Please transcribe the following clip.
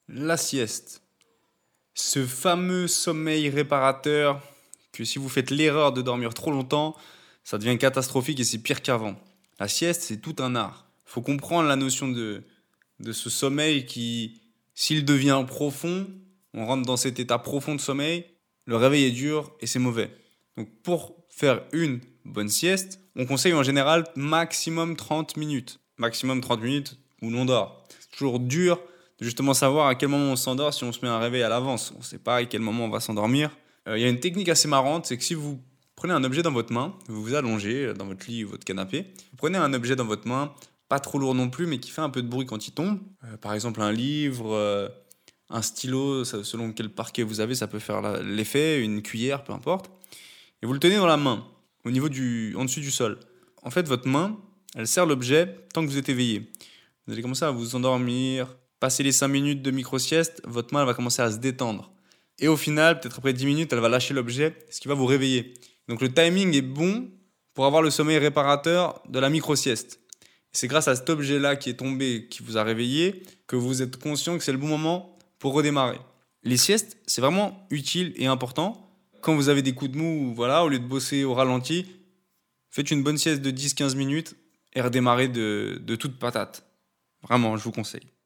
La sieste. Ce fameux sommeil réparateur que si vous faites l'erreur de dormir trop longtemps, ça devient catastrophique et c'est pire qu'avant. La sieste, c'est tout un art. Il faut comprendre la notion de ce sommeil qui, s'il devient profond, on rentre dans cet état profond de sommeil, le réveil est dur et c'est mauvais. Donc pour faire une bonne sieste, on conseille en général maximum 30 minutes. Maximum 30 minutes où l'on dort. C'est toujours dur de justement savoir à quel moment on s'endort si on se met un réveil à l'avance. On ne sait pas à quel moment on va s'endormir. Il y a une technique assez marrante, c'est que si vous prenez un objet dans votre main, vous vous allongez dans votre lit ou votre canapé, vous prenez un objet dans votre main, pas trop lourd non plus, mais qui fait un peu de bruit quand il tombe. Par exemple un livre, un stylo, selon quel parquet vous avez, ça peut faire l'effet, une cuillère, peu importe. Et vous le tenez dans la main, en dessus du sol. En fait, votre main, elle serre l'objet tant que vous êtes éveillé. Vous allez commencer à vous endormir. Passer les 5 minutes de micro-sieste, votre main elle va commencer à se détendre. Et au final, peut-être après 10 minutes, elle va lâcher l'objet, ce qui va vous réveiller. Donc le timing est bon pour avoir le sommeil réparateur de la micro-sieste. C'est grâce à cet objet-là qui est tombé, qui vous a réveillé, que vous êtes conscient que c'est le bon moment pour redémarrer. Les siestes, c'est vraiment utile et important. Quand vous avez des coups de mou, voilà, au lieu de bosser au ralenti, faites une bonne sieste de 10-15 minutes et redémarrez de toute patate. Vraiment, je vous conseille.